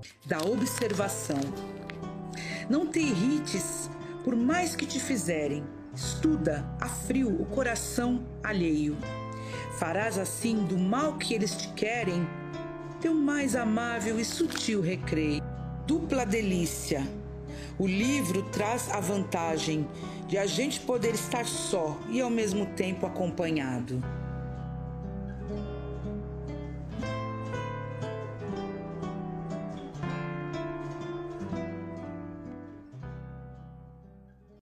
da observação. Não te irrites por mais que te fizerem, estuda a frio o coração alheio. Farás assim do mal que eles te querem teu mais amável e sutil recreio. Dupla delícia. O livro traz a vantagem de a gente poder estar só e ao mesmo tempo acompanhado.